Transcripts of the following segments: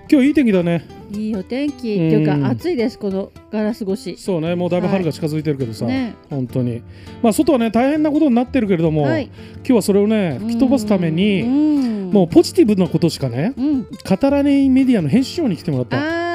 今日いい天気だね。 いいお天気っていうか暑いです。このガラス越し。 そうね、もうだいぶ春が近づいてるけどさ、 ね、 本当にまあ外はね大変なことになってるけれども、今日はそれをね吹き飛ばすためにもうポジティブなことしかね、語らないメディアの編集長に来てもらった。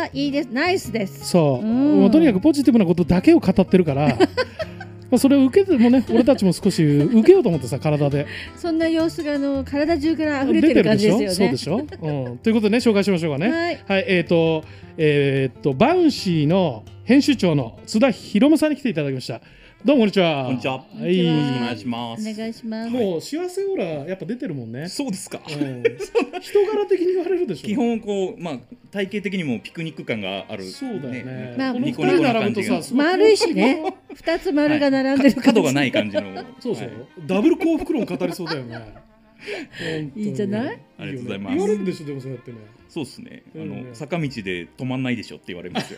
いいです、ナイスです。 そう、もうとにかくポジティブなことだけを語ってるからまあそれを受けてもね、俺たちも少し受けようと思ってさ、体でそんな様子が体中から溢れてる感じですよね。 そうでしょ、ということでね、紹介しましょうかね。はい、バウンシーの編集長の津田博夢さんに来ていただきました。どうもこんにちは。 こんにちは。 はい、 よろしくお願いします。 お願いします。 もう幸せオーラやっぱ出てるもんね。 そうですか。 人柄的に言われるでしょ。 基本こう体型的にもピクニック感がある。 そうだよね。 まあニコニコな感じが丸いしね。2つ丸が並んでる感じ。 角がない感じの。 そうそう。ダブル幸福論語りそうだよね。 いいじゃない。 ありがとうございます。 言われるでしょ、でもそうやってね。 そうですね。坂道で止まんないでしょって言われますよ。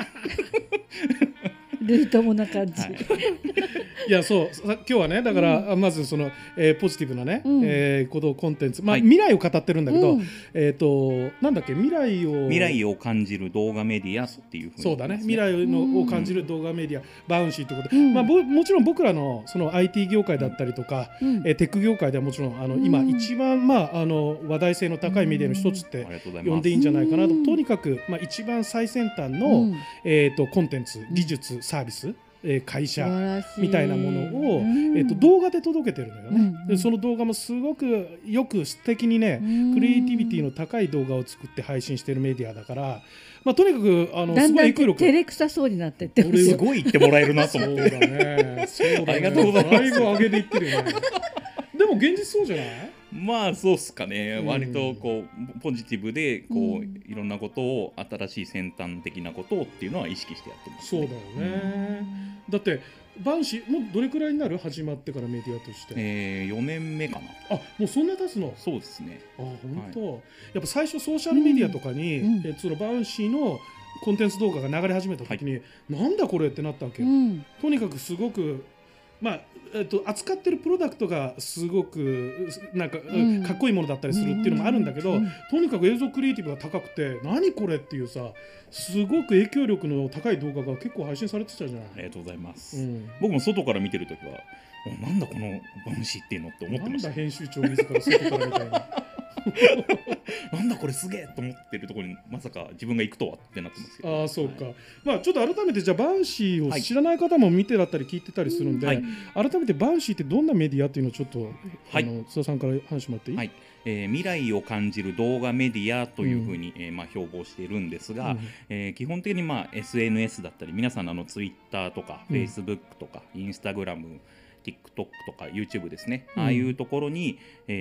類友な感じ。 いや、そう今日はね、だからまずそのポジティブなねことをコンテンツ、未来を語ってるんだけど、なんだっけ、未来を感じる動画メディアっていうふうに。 そうだね、未来を感じる動画メディアバウンシーということで、もちろん僕らのその IT 業界だったりとかテック業界ではもちろん今一番話題性の高いメディアの一つって呼んでいいんじゃないかなと。とにかく一番最先端のコンテンツ、技術、サービス、会社みたいなものを動画で届けてるんだよね。でその動画もすごくよく素敵にね、クリエイティビティの高い動画を作って配信してるメディアだから、とにかくすごい影響力。 照れくさそうになってってすごい言ってもらえるなと思って。 そうだね。 ありがとうございます。 だいぶ上げていってるよね。でも現実そうじゃない？ まあそうっすかね。割とこうポジティブでこういろんなことを、新しい先端的なことをっていうのは意識してやってます。 そうだよね。だってバウンシーもうどれくらいになる？始まってからメディアとして。 4年目かな。 あ、もうそんな経つの？ そうですね。 本当。やっぱ最初ソーシャルメディアとかにそのバウンシーのコンテンツ動画が流れ始めた時に、なんだこれってなったわけよ。とにかくすごく扱ってるプロダクトがすごくなんか、かっこいいものだったりするっていうのもあるんだけど、とにかく映像クリエイティブが高くて、何これっていうさ、すごく影響力の高い動画が結構配信されてたじゃない。 ありがとうございます。僕も外から見てるときは、なんだこのバウンシーっていうのって思ってました。 なんだ編集長自ら外からみたいな。 なんだこれすげえと思ってるところにまさか自分が行くとはってなってますけど。 そうか。ちょっと改めてじゃあバウンシーを知らない方も見てだったり聞いてたりするんで、改めてバウンシーってどんなメディアっていうのをちょっと津田さんから話してもらっていい？ はい。未来を感じる動画メディアというふうに標榜しているんですが、基本的にSNS だったり、皆さんのTwitter とか Facebook とか Instagram、TikTok とか YouTube ですね、ああいうところに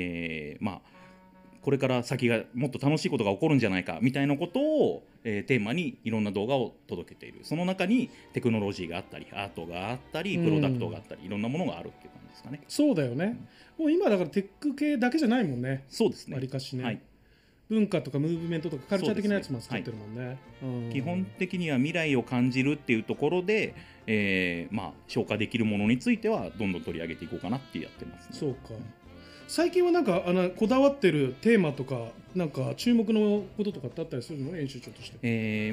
これから先がもっと楽しいことが起こるんじゃないかみたいなことをテーマにいろんな動画を届けている。その中にテクノロジーがあったり、アートがあったり、プロダクトがあったり、いろんなものがあるっていう感じですかね。 そうだよね。もう今だからテック系だけじゃないもんね。 そうですね。 わりかしね。文化とかムーブメントとかカルチャー的なやつも作ってるもんね。 基本的には未来を感じるっていうところで、消化できるものについてはどんどん取り上げていこうかなってやってますね。 そうか。最近はなんかこだわってるテーマとかなんか注目のこととかってあったりするの？編集長として。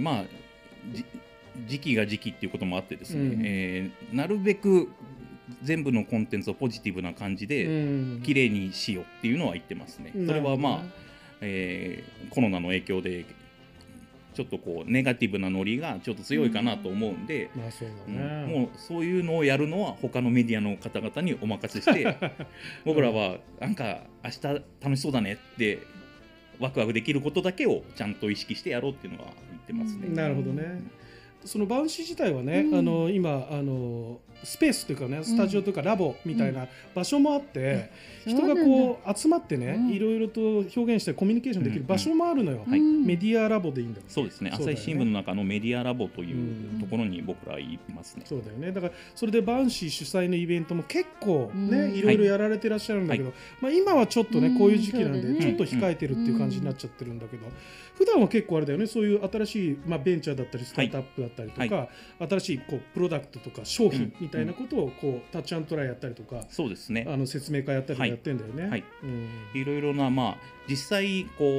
時期が時期っていうこともあってですね、なるべく全部のコンテンツをポジティブな感じで綺麗にしようっていうのは言ってますね。それはコロナの影響でちょっとこうネガティブなノリがちょっと強いかなと思うんで、もうそういうのをやるのは他のメディアの方々にお任せして僕らはなんか明日楽しそうだねってワクワクできることだけをちゃんと意識してやろうっていうのは言ってますね。 なるほどね。そのバウンシー自体はね、今スペースというかね、スタジオというかラボみたいな場所もあって、人がこう集まってね、いろいろと表現してコミュニケーションできる場所もあるのよ。メディアラボでいいんだ。 そうですね。朝日新聞の中のメディアラボというところに僕らいますね。 そうだよね。だからそれでバウンシー主催のイベントも結構ね、いろいろやられてらっしゃるんだけど、今はちょっとねこういう時期なんでちょっと控えてるっていう感じになっちゃってるんだけど、普段は結構あれだよね。そういう新しいベンチャーだったりスタートアップだったりとか、新しいこうプロダクトとか商品みたいなことをこうタッチアンドトライやったりとか、 そうですね。 説明会やったりとかやってんだよね。 いろいろな実際こう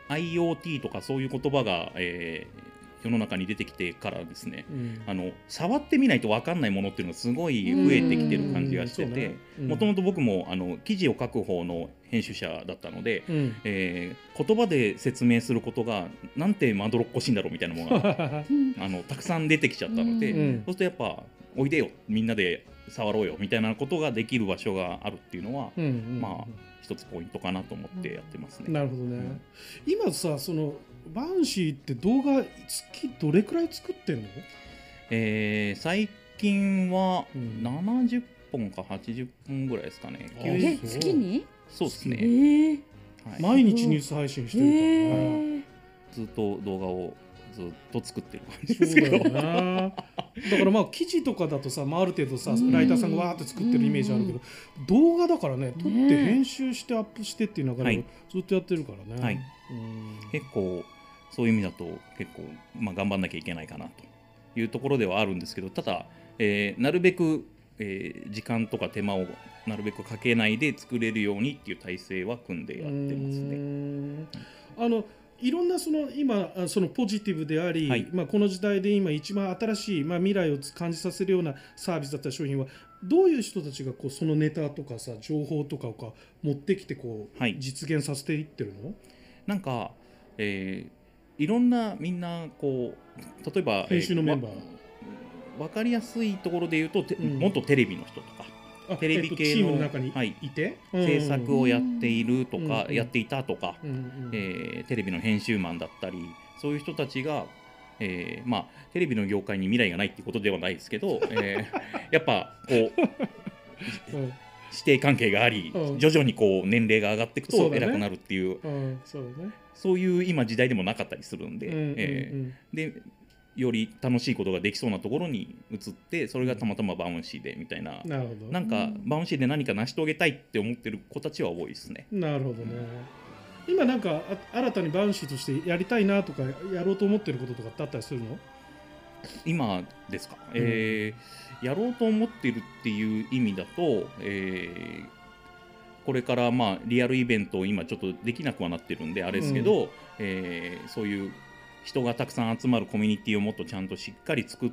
IoT とかそういう言葉が、世の中に出てきてからですね、触ってみないと分かんないものっていうのがすごい増えてきてる感じがしてて、もともと僕も記事を書く方の編集者だったので、言葉で説明することがなんてまどろっこしいんだろうみたいなものがたくさん出てきちゃったので、そうするとやっぱおいでよみんなで触ろうよみたいなことができる場所があるっていうのは、まあ一つポイントかなと思ってやってますね。 なるほどね。今さ、そのバンシーって動画月どれくらい作ってんの？ 最近は70本か80本ぐらいですかね。 月に？ そうですね。 毎日ニュース配信してるからね。 ずっと動画をずっと作ってる感じですけど。 だからまあ記事とかだとさ、ある程度さライターさんがわーって作ってるイメージあるけど、動画だからね、撮って編集してアップしてっていう中でずっとやってるからね。 結構そういう意味だと結構頑張んなきゃいけないかなというところではあるんですけど、ただ、なるべく、時間とか手間をなるべくかけないで作れるようにっていう体制は組んでやってますね。 いろんなその今そのポジティブであり、この時代で今一番新しい、未来を感じさせるようなサービスだった商品はどういう人たちがこうそのネタとかさ情報とかを持ってきてこう、実現させていってるの？ なんか、いろんなみんなこう例えば編集のメンバー、 分かりやすいところで言うと元テレビの人とかテレビ系の中にいて、 制作をやっているとか、やっていたとか、テレビの編集マンだったり、そういう人たちが、テレビの業界に未来がないっていうことではないですけど、やっぱこう師弟関係があり、徐々にこう年齢が上がっていくと偉くなるっていう、そういう今時代でもなかったりするんで、でより楽しいことができそうなところに移って、それがたまたまバウンシーでみたいな、なんかバウンシーで何か成し遂げたいって思ってる子たちは多いですね。 なるほどね。今なんか新たにバウンシーとしてやりたいなとかやろうと思ってることとかってあったりするの？ 今ですか、やろうと思ってるっていう意味だと、これからリアルイベントを今ちょっとできなくはなってるんであれですけど、そういう人がたくさん集まるコミュニティをもっとちゃんとしっかり作って、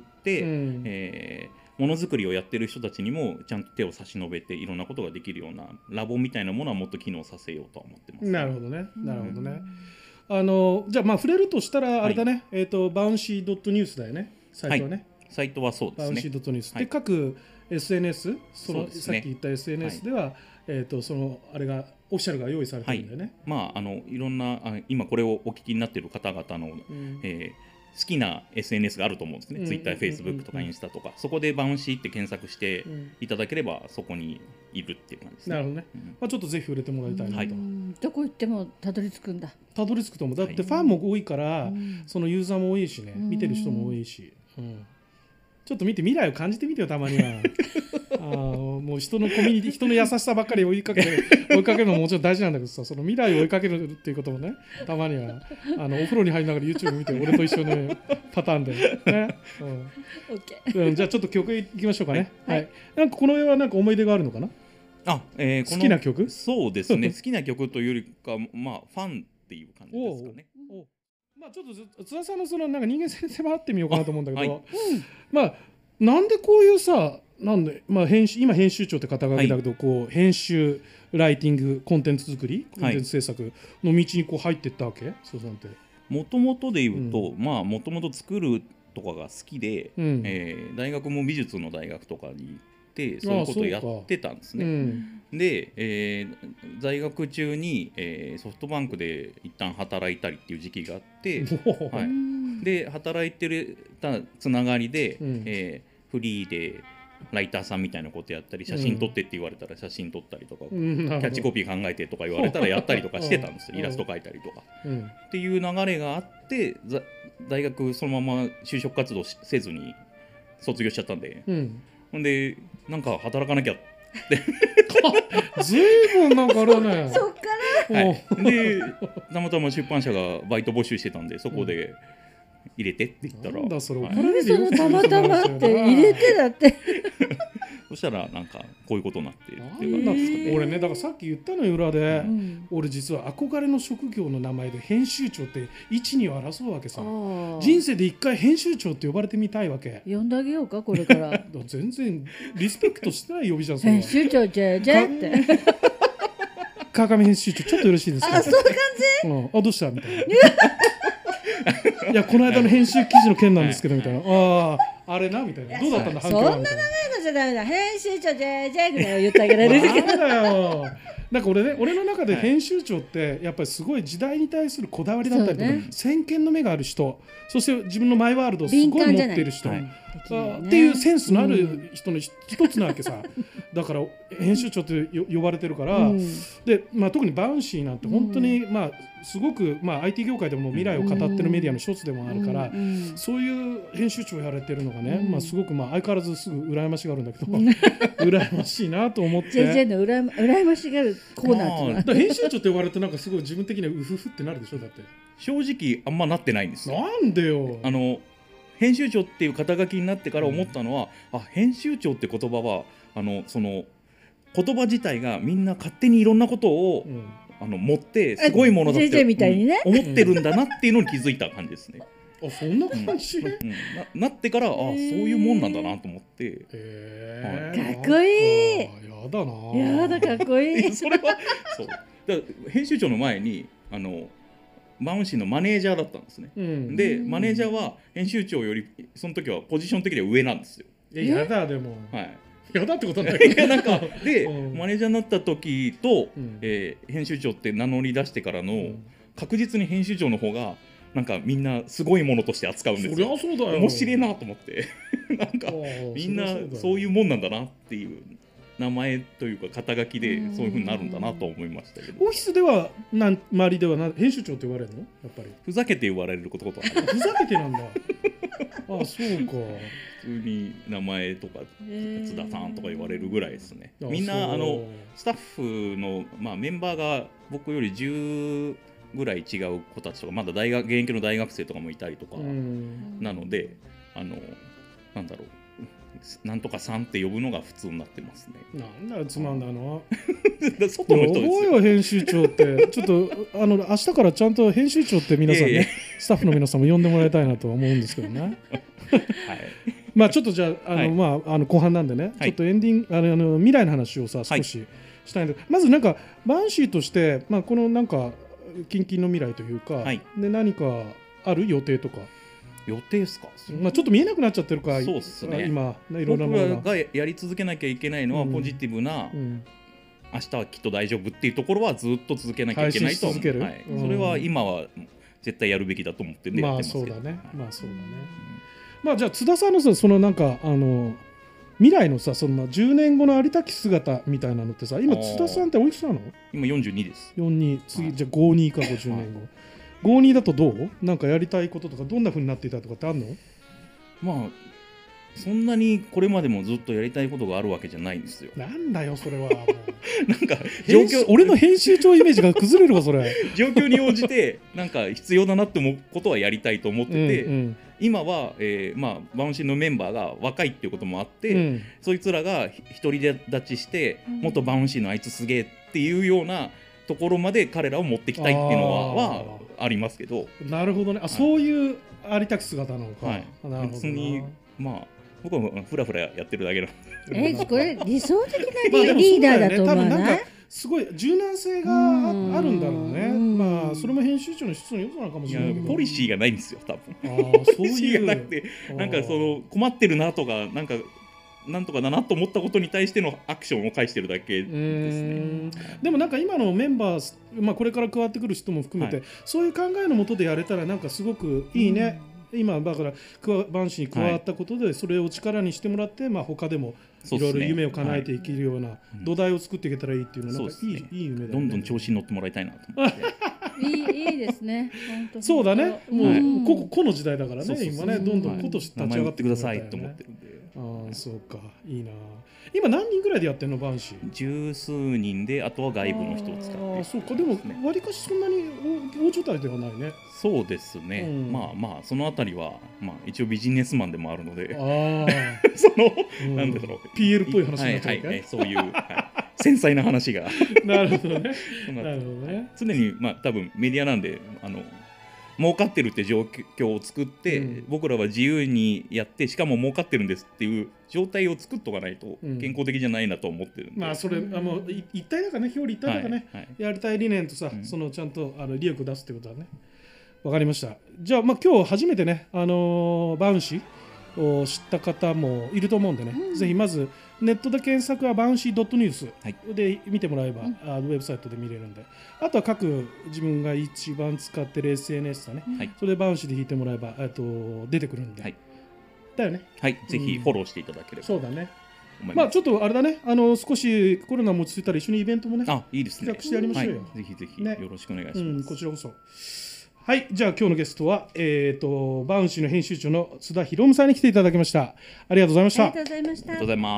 ものづくりをやってる人たちにもちゃんと手を差し伸べていろんなことができるようなラボみたいなものはもっと機能させようとは思ってます。 なるほどね、なるほどね。じゃあ触れるとしたらあれだね、バウンシー.news だよね、サイトはね。 サイトはそうですね。 バウンシー.news、で各 SNS、そのさっき言った SNS では、そのあれがオフィシャルが用意されてるんだよね。 いろんな今これをお聞きになっている方々の、好きな SNS があると思うんですね。Twitter、Facebook とかインスタとか、そこでバウンシーって検索していただければそこにいるっていう感じですね。 なるほどね。ちょっとぜひ触れてもらいたいなと。 どこ行ってもたどり着くんだ。 たどり着くと思う。だってファンも多いから、そのユーザーも多いしね、見てる人も多いし。ちょっと見て未来を感じてみてよ、たまには。もう人のコミュニティ、人の優しさばっかり追いかけるのももちろん大事なんだけどさ、その未来を追いかけるっていうこともね、たまにはお風呂に入りながら YouTube 見て俺と一緒のパターンでね。じゃあちょっと曲いきましょうかね。なんかこの絵はなんか思い出があるのかな？好きな曲？ そうですね。好きな曲というよりか、ファンっていう感じですかね。 ちょっと津田さんのそのなんか人間性に迫ってみようかなと思うんだけど、なんでこういうさ、なんで今編集長って肩書きだけど、こう編集、ライティング、コンテンツ作り、コンテンツ制作の道にこう入っていったわけ？そうさんって。 もともとで言うと、もともと作るとかが好きで、大学も美術の大学とかに行ってそういうことをやってたんですね。で、在学中に、ソフトバンクで一旦働いたりっていう時期があって、で働いてたつながりで、フリーでライターさんみたいなことやったり、写真撮ってって言われたら写真撮ったりとか、キャッチコピー考えてとか言われたらやったりとかしてたんですよ。イラスト描いたりとか、っていう流れがあって、大学そのまま就職活動せずに卒業しちゃったんで、ほんでなんか働かなきゃってずいぶんなんかあれだね。 そっから、 でたまたま出版社がバイト募集してたんで、そこで入れてって言ったら、 なんだそれ、 そのたまたまって入れてだってそしたらなんかこういうことになってってなんかいう感じですかね。 俺ねだからさっき言ったのよ裏で、俺実は憧れの職業の名前で編集長って一二を争うわけさ。人生で一回編集長って呼ばれてみたいわけ。 呼んであげようかこれから全然リスペクトしてない呼びじゃんそれ。 編集長じゃじゃって川上編集長ちょっとよろしいですか。 あ、そんな感じ。 あ、どうしたみたいな。いやこの間の編集記事の件なんですけどみたいな。あああれなみたいな。どうだったんだ反響はみたいな。 そんな長いのじゃダメだ。編集長じゃじゃぐらいは言ってあげられるけど。 ダメだよ。なんか俺の中で編集長ってやっぱりすごい時代に対するこだわりだったりとか、先見の目がある人、そして自分のマイワールドをすごい持っている人っていうセンスのある人の一つなわけさ。だから編集長って呼ばれてるから、で特にバウンシーなんて本当にすごくIT 業界でも未来を語ってるメディアの一つでもあるから、そういう編集長をやられてるのがね、すごく相変わらずすぐ羨ましがるんだけど羨ましいなと思って。 JJ の羨ましがるコーナーって編集長って呼ばれてなんかすごい自分的にはうふふってなるでしょ。だって正直あんまなってないんですよ。 なんでよ。 編集長っていう肩書きになってから思ったのは、編集長って言葉はその言葉自体がみんな勝手にいろんなことを、持ってすごいものだってみたいにね、 思ってるんだなっていうのに気づいた感じですね。 あ、そんな感じ、 なってからそういうもんなんだなと思って、 かっこいい。 やだな。 やだかっこいい。 それはそうだ編集長の前にバウンシーのマネージャーだったんですね、でマネージャーは編集長よりその時はポジション的には上なんですよ。 やだでも、やだってことないなんかで、マネージャーになった時と、編集長って名乗り出してからの、確実に編集長の方がなんかみんなすごいものとして扱うんですよ。 そりゃそうだよ。 面白いなと思ってなんかみんなそういうもんなんだなっていう名前というか肩書きでそういう風になるんだなと思いましたけど。 オフィスでは周りでは編集長って言われるの？やっぱりふざけて言われることはある。 ふざけてなんだ。あ、そうか。 普通に名前とか津田さんとか言われるぐらいですね。みんなスタッフの、メンバーが僕より10ぐらい違う子たちとかまだ現役の大学生とかもいたりとかなので、なんだろう、なんとかさんって呼ぶのが普通になってますね。 なんだよつまんだな。 外の人ですよ。 呼ぼうよ編集長って。ちょっと明日からちゃんと編集長って皆さんね、スタッフの皆さんも呼んでもらいたいなとは思うんですけどね。はい。ちょっとじゃあ後半なんでね、ちょっとエンディング未来の話をさ少ししたいんだけど、まずなんかバンシーとしてこのなんか近々の未来というか、で何かある予定とか。 予定ですか。 ちょっと見えなくなっちゃってるから、 そうですね。 今いろんなもの僕がやり続けなきゃいけないのはポジティブな、明日はきっと大丈夫っていうところはずっと続けなきゃいけないと思う。それは今は絶対やるべきだと思ってやってますけど。 そうだね。じゃあ津田さんのさ、そのなんか未来のさ、そんな10年後のありたき姿みたいなのってさ、今津田さんっておいくつなの？ 今42です。 42、次じゃあ52か50年後。52だとどう？なんかやりたいこととかどんな風になっていたとかってあるの？ そんなにこれまでもずっとやりたいことがあるわけじゃないんですよ。 なんだよそれは。 なんか俺の編集長イメージが崩れるわそれ。 状況に応じてなんか必要だなって思うことはやりたいと思ってて、今はバウンシーのメンバーが若いっていうこともあって、そいつらが独り立ちして元バウンシーのあいつすげえっていうようなところまで彼らを持ってきたいっていうのはありますけど。 なるほどね。そういうありたき姿なのか。 別に僕はフラフラやってるだけの。 これ理想的なリーダーだと思わない？ すごい柔軟性があるんだろうね。それも編集長の質の良さなのかもしれないけど。 ポリシーがないんですよ多分。 そういうなくて、なんか困ってるなとかなんとかだなと思ったことに対してのアクションを返してるだけですね。 でもなんか今のメンバー、これから加わってくる人も含めて、そういう考えのもとでやれたらなんかすごくいいね。今だからバンシーに加わったことでそれを力にしてもらって、他でもいろいろ夢を叶えていけるような土台を作っていけたらいいっていうのはなんかいい夢だね。 どんどん調子に乗ってもらいたいなと思って。 いいですね。本当そうだね。もううこの時代だからね。 そうそうそう今ねどんどん今年立ち上がって名前売ってくださいと思ってるんで。 ああそうか、いいな。今何人ぐらいでやってんのバンシー？ 十数人で、あとは外部の人を使って。 ああそうか。でもわりかしそんなに大所帯ではないね。 そうですね。まあそのあたりは一応ビジネスマンでもあるので、そのなんだろう PL っぽい話になっちゃうはい、そういう繊細な話がなるほどね。なるほどね。 常に多分メディアなんで儲かってるって状況を作って、僕らは自由にやってしかも儲かってるんですっていう状態を作っとかないと健康的じゃないなと思ってるんで、 それ一体だからね、表裏一体だからね、やりたい理念とさ、そのちゃんと利益を出すってことだね。わかりました。じゃあ今日初めてねバウンシーを知った方もいると思うんでね、ぜひまずネットで検索はバウンシー .news で見てもらえば、ウェブサイトで見れるんで、あとは各自分が一番使ってる SNS だね、それでバウンシーで引いてもらえば出てくるんで、だよね。 はい、ぜひフォローしていただければ。 そうだね。ちょっとあれだね、少しコロナも落ち着いたら一緒にイベントもね、 いいですね、 企画してやりましょうよ。 ぜひぜひよろしくお願いします。 こちらこそ。はい、じゃあ今日のゲストは、バウンシーの編集長の津田博美さんに来ていただきました。ありがとうございました。 ありがとうございました。 ありがとうございます。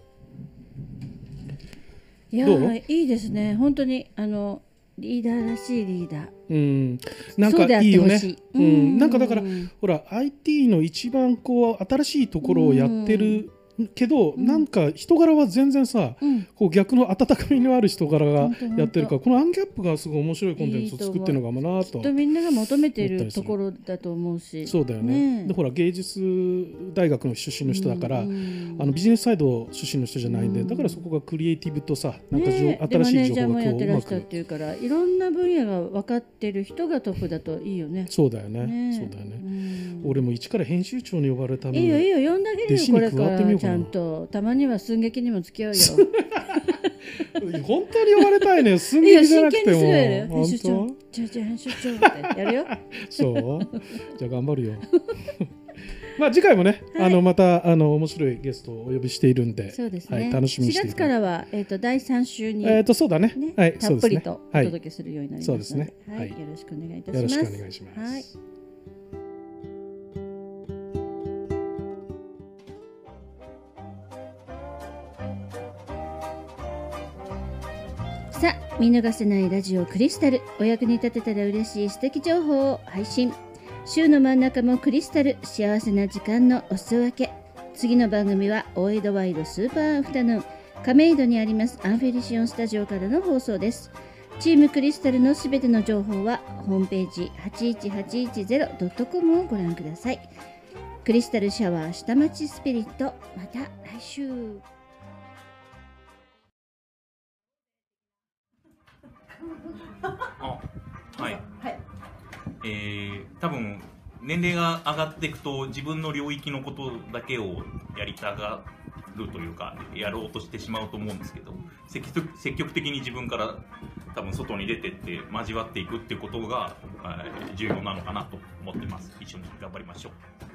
いやー、いいですね。本当にリーダーらしいリーダー。 なんかいいよね。なんかだからほら IT の一番新しいところをやってるけど、なんか人柄は全然さ、逆の温かみのある人柄がやってるから、このアンギャップがすごい面白いコンテンツを作ってるのかもなと。 きっとみんなが求めているところだと思うし。 そうだよね。でほら芸術大学の出身の人だから、ビジネスサイド出身の人じゃないんで、だからそこがクリエイティブとさ、なんか新しい情報がマネージャーもやってらっしゃるっていうから、いろんな分野が分かってる人がトップだといいよね。 そうだよね。そうだよね。俺も一から編集長に呼ばれたの。 いいよいいよ、呼んであげるよこれからちゃんと。たまには寸劇にも付き合うよ。 本当に呼ばれたいね。寸劇じゃなくても。 編集長、じゃあ編集長ってやるよ。 そう。じゃあ頑張るよ。次回もね、また面白いゲストをお呼びしているんで、 そうですね。 楽しみにしてい 4月からは第3週にそうだね。 たっぷりとお届けするようになりますので、よろしくお願いいたします。 よろしくお願いします。 さあ、見逃せないラジオクリスタル、お役に立てたら嬉しい素敵情報を配信。週の真ん中もクリスタル、幸せな時間のお裾分け。次の番組は大江戸ワイドスーパーアフタヌーン、亀戸にありますアンフェリシオンスタジオからの放送です。チームクリスタルのすべての情報はホームページ 81810.com をご覧ください。クリスタルシャワー下町スピリット、また来週。 はい。多分年齢が上がっていくと自分の領域のことだけをやりたがるというかやろうとしてしまうと思うんですけど、積極的に自分から多分外に出てって交わっていくっていうことが重要なのかなと思ってます。一緒に頑張りましょう。